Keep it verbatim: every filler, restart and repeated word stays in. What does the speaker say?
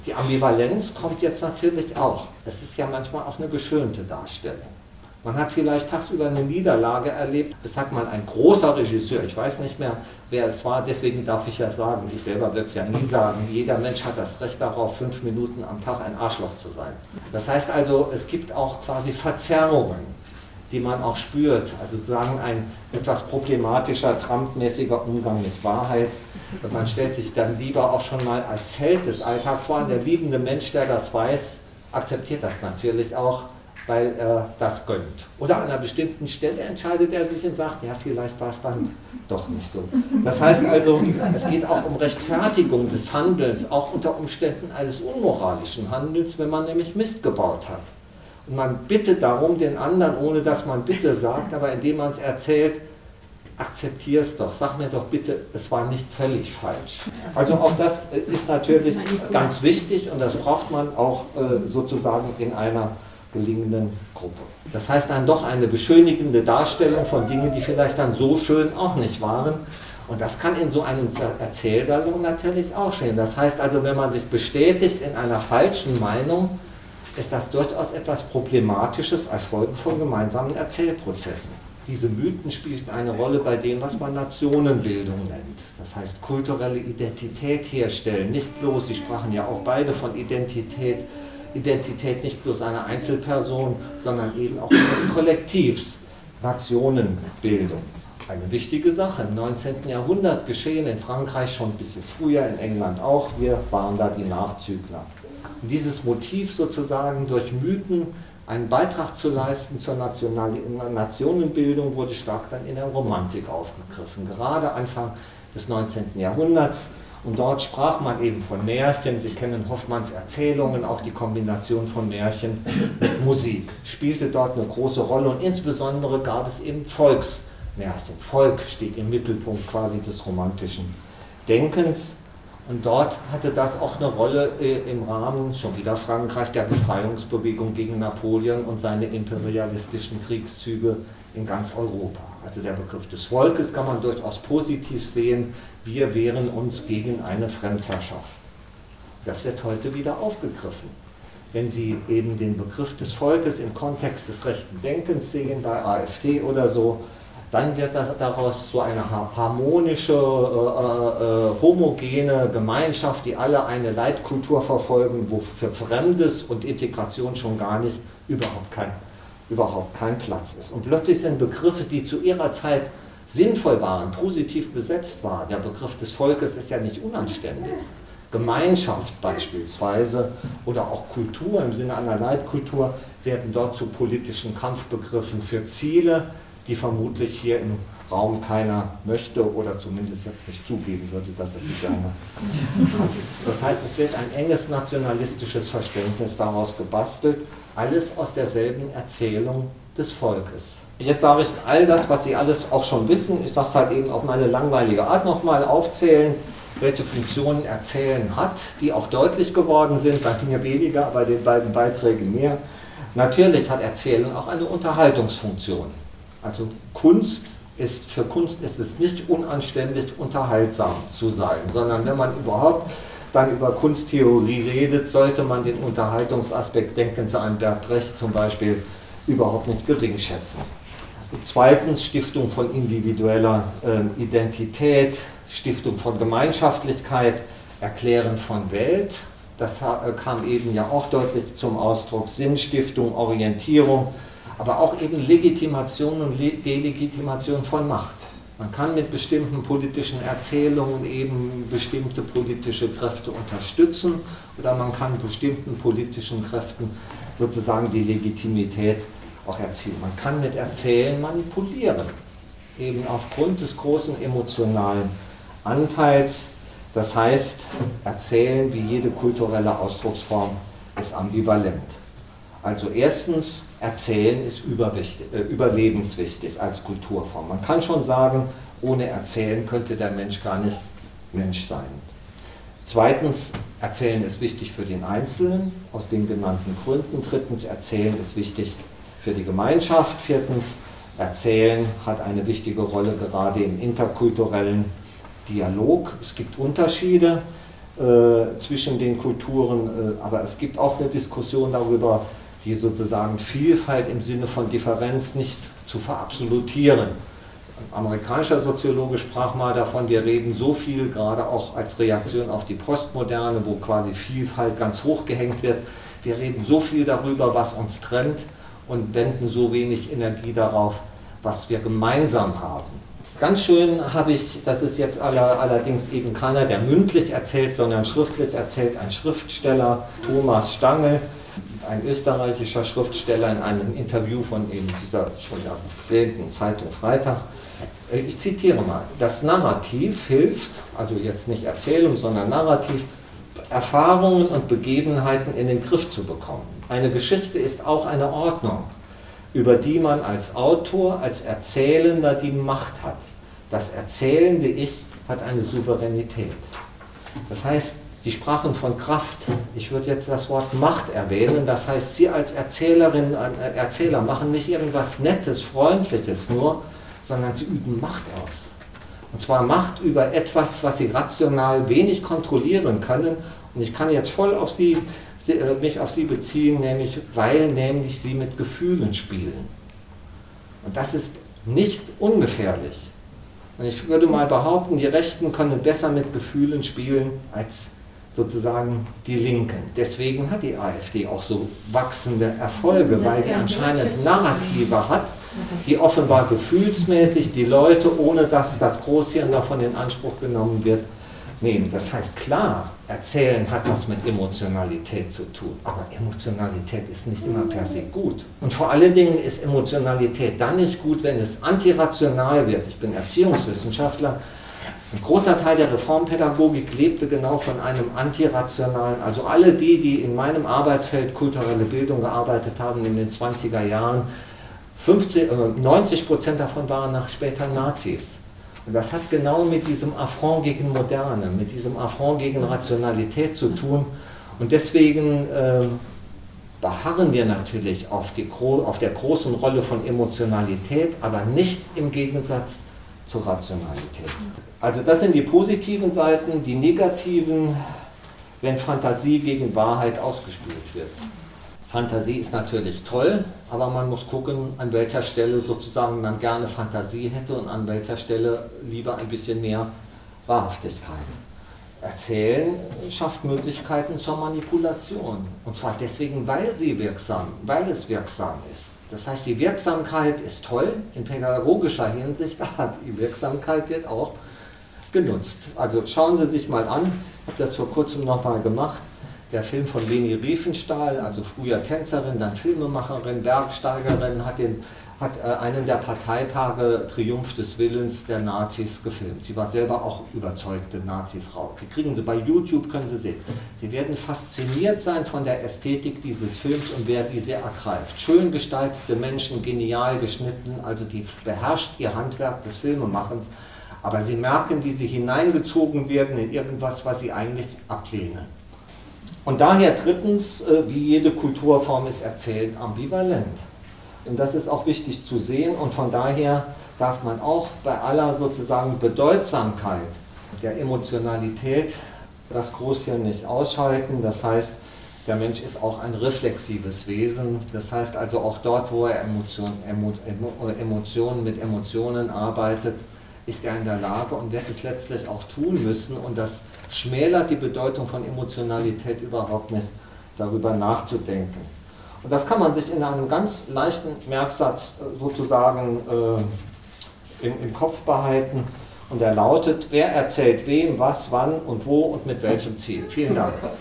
Die Ambivalenz kommt jetzt natürlich auch. Es ist ja manchmal auch eine geschönte Darstellung. Man hat vielleicht tagsüber eine Niederlage erlebt. Es hat mal ein großer Regisseur, ich weiß nicht mehr, wer es war, deswegen darf ich ja sagen, ich selber würde es ja nie sagen, jeder Mensch hat das Recht darauf, fünf Minuten am Tag ein Arschloch zu sein. Das heißt also, es gibt auch quasi Verzerrungen, die man auch spürt. Also sozusagen ein etwas problematischer, trumpmäßiger Umgang mit Wahrheit. Und man stellt sich dann lieber auch schon mal als Held des Alltags vor. Und der liebende Mensch, der das weiß, akzeptiert das natürlich auch, weil er das gönnt. Oder an einer bestimmten Stelle entscheidet er sich und sagt, ja, vielleicht war es dann doch nicht so. Das heißt also, es geht auch um Rechtfertigung des Handelns, auch unter Umständen eines unmoralischen Handelns, wenn man nämlich Mist gebaut hat. Und man bittet darum den anderen, ohne dass man bitte sagt, aber indem man es erzählt, akzeptier es doch, sag mir doch bitte, es war nicht völlig falsch. Also auch das ist natürlich ganz wichtig und das braucht man auch äh, sozusagen in einer gelingenden Gruppe. Das heißt dann doch eine beschönigende Darstellung von Dingen, die vielleicht dann so schön auch nicht waren. Und das kann in so einem Erzählsalon natürlich auch stehen. Das heißt also, wenn man sich bestätigt in einer falschen Meinung, ist das durchaus etwas Problematisches als Folge von gemeinsamen Erzählprozessen. Diese Mythen spielten eine Rolle bei dem, was man Nationenbildung nennt. Das heißt, kulturelle Identität herstellen, nicht bloß, Sie sprachen ja auch beide von Identität, Identität nicht bloß einer Einzelperson, sondern eben auch eines Kollektivs, Nationenbildung. Eine wichtige Sache im neunzehnten Jahrhundert geschehen, in Frankreich schon ein bisschen früher, in England auch, wir waren da die Nachzügler. Und dieses Motiv sozusagen durch Mythen einen Beitrag zu leisten zur National- Nationenbildung wurde stark dann in der Romantik aufgegriffen, gerade Anfang des neunzehnten Jahrhunderts. Und dort sprach man eben von Märchen, Sie kennen Hoffmanns Erzählungen, auch die Kombination von Märchen mit Musik spielte dort eine große Rolle und insbesondere gab es eben Volksmärchen. Volk steht im Mittelpunkt quasi des romantischen Denkens und dort hatte das auch eine Rolle äh, im Rahmen, schon wieder Frankreich, der Befreiungsbewegung gegen Napoleon und seine imperialistischen Kriegszüge in ganz Europa. Also der Begriff des Volkes kann man durchaus positiv sehen, wir wehren uns gegen eine Fremdherrschaft. Das wird heute wieder aufgegriffen. Wenn Sie eben den Begriff des Volkes im Kontext des rechten Denkens sehen, bei AfD oder so, dann wird das daraus so eine harmonische, äh, äh, homogene Gemeinschaft, die alle eine Leitkultur verfolgen, wo für Fremdes und Integration schon gar nicht überhaupt kein überhaupt kein Platz ist. Und plötzlich sind Begriffe, die zu ihrer Zeit sinnvoll waren, positiv besetzt waren. Der Begriff des Volkes ist ja nicht unanständig. Gemeinschaft beispielsweise oder auch Kultur im Sinne einer Leitkultur werden dort zu politischen Kampfbegriffen für Ziele, die vermutlich hier im Raum keiner möchte oder zumindest jetzt nicht zugeben würde, dass es sich gerne hat. Das heißt, es wird ein enges nationalistisches Verständnis daraus gebastelt, alles aus derselben Erzählung des Volkes. Jetzt sage ich all das, was Sie alles auch schon wissen, ich sage es halt eben auf meine langweilige Art nochmal aufzählen, welche Funktionen Erzählen hat, die auch deutlich geworden sind, bei mir weniger, bei den beiden Beiträgen mehr. Natürlich hat Erzählen auch eine Unterhaltungsfunktion. Also Kunst ist, für Kunst ist es nicht unanständig, unterhaltsam zu sein, sondern wenn man überhaupt dann über Kunsttheorie redet, sollte man den Unterhaltungsaspekt, denken Sie an Bertolt Brecht zum Beispiel, überhaupt nicht gering schätzen. Zweitens Stiftung von individueller äh, Identität, Stiftung von Gemeinschaftlichkeit, Erklären von Welt, das äh, kam eben ja auch deutlich zum Ausdruck, Sinnstiftung, Orientierung, aber auch eben Legitimation und Le- Delegitimation von Macht. Man kann mit bestimmten politischen Erzählungen eben bestimmte politische Kräfte unterstützen oder man kann bestimmten politischen Kräften sozusagen die Legitimität auch erzielen. Man kann mit Erzählen manipulieren, eben aufgrund des großen emotionalen Anteils. Das heißt, Erzählen wie jede kulturelle Ausdrucksform ist ambivalent. Also erstens, Erzählen ist überwichtig, äh, überlebenswichtig als Kulturform. Man kann schon sagen, ohne Erzählen könnte der Mensch gar nicht Mensch sein. Zweitens, Erzählen ist wichtig für den Einzelnen, aus den genannten Gründen. Drittens, Erzählen ist wichtig für die Gemeinschaft. Viertens, Erzählen hat eine wichtige Rolle gerade im interkulturellen Dialog. Es gibt Unterschiede äh, zwischen den Kulturen, äh, aber es gibt auch eine Diskussion darüber, die sozusagen Vielfalt im Sinne von Differenz nicht zu verabsolutieren. Ein amerikanischer Soziologe sprach mal davon, wir reden so viel, gerade auch als Reaktion auf die Postmoderne, wo quasi Vielfalt ganz hoch gehängt wird, wir reden so viel darüber, was uns trennt und wenden so wenig Energie darauf, was wir gemeinsam haben. Ganz schön habe ich, das ist jetzt aller, allerdings eben keiner, der mündlich erzählt, sondern schriftlich erzählt, ein Schriftsteller, Thomas Stangl, ein österreichischer Schriftsteller, in einem Interview von eben dieser schon erwähnten Zeitung Freitag. Ich zitiere mal: Das Narrativ hilft, also jetzt nicht Erzählung, sondern Narrativ, Erfahrungen und Begebenheiten in den Griff zu bekommen. Eine Geschichte ist auch eine Ordnung, über die man als Autor, als Erzählender die Macht hat. Das erzählende Ich hat eine Souveränität. Das heißt, Sie sprachen von Kraft. Ich würde jetzt das Wort Macht erwähnen. Das heißt, Sie als Erzählerin, Erzähler machen nicht irgendwas Nettes, Freundliches nur, sondern Sie üben Macht aus. Und zwar Macht über etwas, was Sie rational wenig kontrollieren können. Und ich kann jetzt voll auf Sie, mich auf Sie beziehen, nämlich, weil nämlich Sie mit Gefühlen spielen. Und das ist nicht ungefährlich. Und ich würde mal behaupten, die Rechten können besser mit Gefühlen spielen als sozusagen die Linken. Deswegen hat die AfD auch so wachsende Erfolge, weil die anscheinend Narrative hat, die offenbar gefühlsmäßig die Leute, ohne dass das Großhirn davon in Anspruch genommen wird, nehmen. Das heißt, klar, Erzählen hat was mit Emotionalität zu tun, aber Emotionalität ist nicht immer per se gut. Und vor allen Dingen ist Emotionalität dann nicht gut, wenn es antirational wird. Ich bin Erziehungswissenschaftler. Ein großer Teil der Reformpädagogik lebte genau von einem antirationalen, also alle die, die in meinem Arbeitsfeld kulturelle Bildung gearbeitet haben in den zwanziger Jahren, fünfzig, neunzig Prozent davon waren nach später Nazis. Und das hat genau mit diesem Affront gegen Moderne, mit diesem Affront gegen Rationalität zu tun. Und deswegen äh, beharren wir natürlich auf, die, auf der großen Rolle von Emotionalität, aber nicht im Gegensatz zur Rationalität. Also das sind die positiven Seiten, die negativen, wenn Fantasie gegen Wahrheit ausgespielt wird. Fantasie ist natürlich toll, aber man muss gucken, an welcher Stelle sozusagen man gerne Fantasie hätte und an welcher Stelle lieber ein bisschen mehr Wahrhaftigkeit. Erzählen schafft Möglichkeiten zur Manipulation. Und zwar deswegen, weil sie wirksam, weil es wirksam ist. Das heißt, die Wirksamkeit ist toll in pädagogischer Hinsicht, aber die Wirksamkeit wird auch genutzt. Also schauen Sie sich mal an, ich habe das vor kurzem nochmal gemacht, der Film von Leni Riefenstahl, also früher Tänzerin, dann Filmemacherin, Bergsteigerin, hat, den, hat äh, einen der Parteitage Triumph des Willens der Nazis gefilmt. Sie war selber auch überzeugte Nazi-Frau. Sie kriegen sie bei YouTube, können Sie sehen. Sie werden fasziniert sein von der Ästhetik dieses Films und wer diese ergreift. Schön gestaltete Menschen, genial geschnitten, also die beherrscht ihr Handwerk des Filmemachens, aber sie merken, wie sie hineingezogen werden in irgendwas, was sie eigentlich ablehnen. Und daher drittens, wie jede Kulturform ist Erzählen ambivalent. Und das ist auch wichtig zu sehen und von daher darf man auch bei aller sozusagen Bedeutsamkeit der Emotionalität das Großhirn nicht ausschalten. Das heißt, der Mensch ist auch ein reflexives Wesen. Das heißt also auch dort, wo er Emotion, Emo, Emotionen mit Emotionen arbeitet, ist er in der Lage und wird es letztlich auch tun müssen. Und das schmälert die Bedeutung von Emotionalität überhaupt nicht, darüber nachzudenken. Und das kann man sich in einem ganz leichten Merksatz sozusagen äh, im, im Kopf behalten. Und er lautet: Wer erzählt wem, was, wann und wo und mit welchem Ziel? Vielen Dank.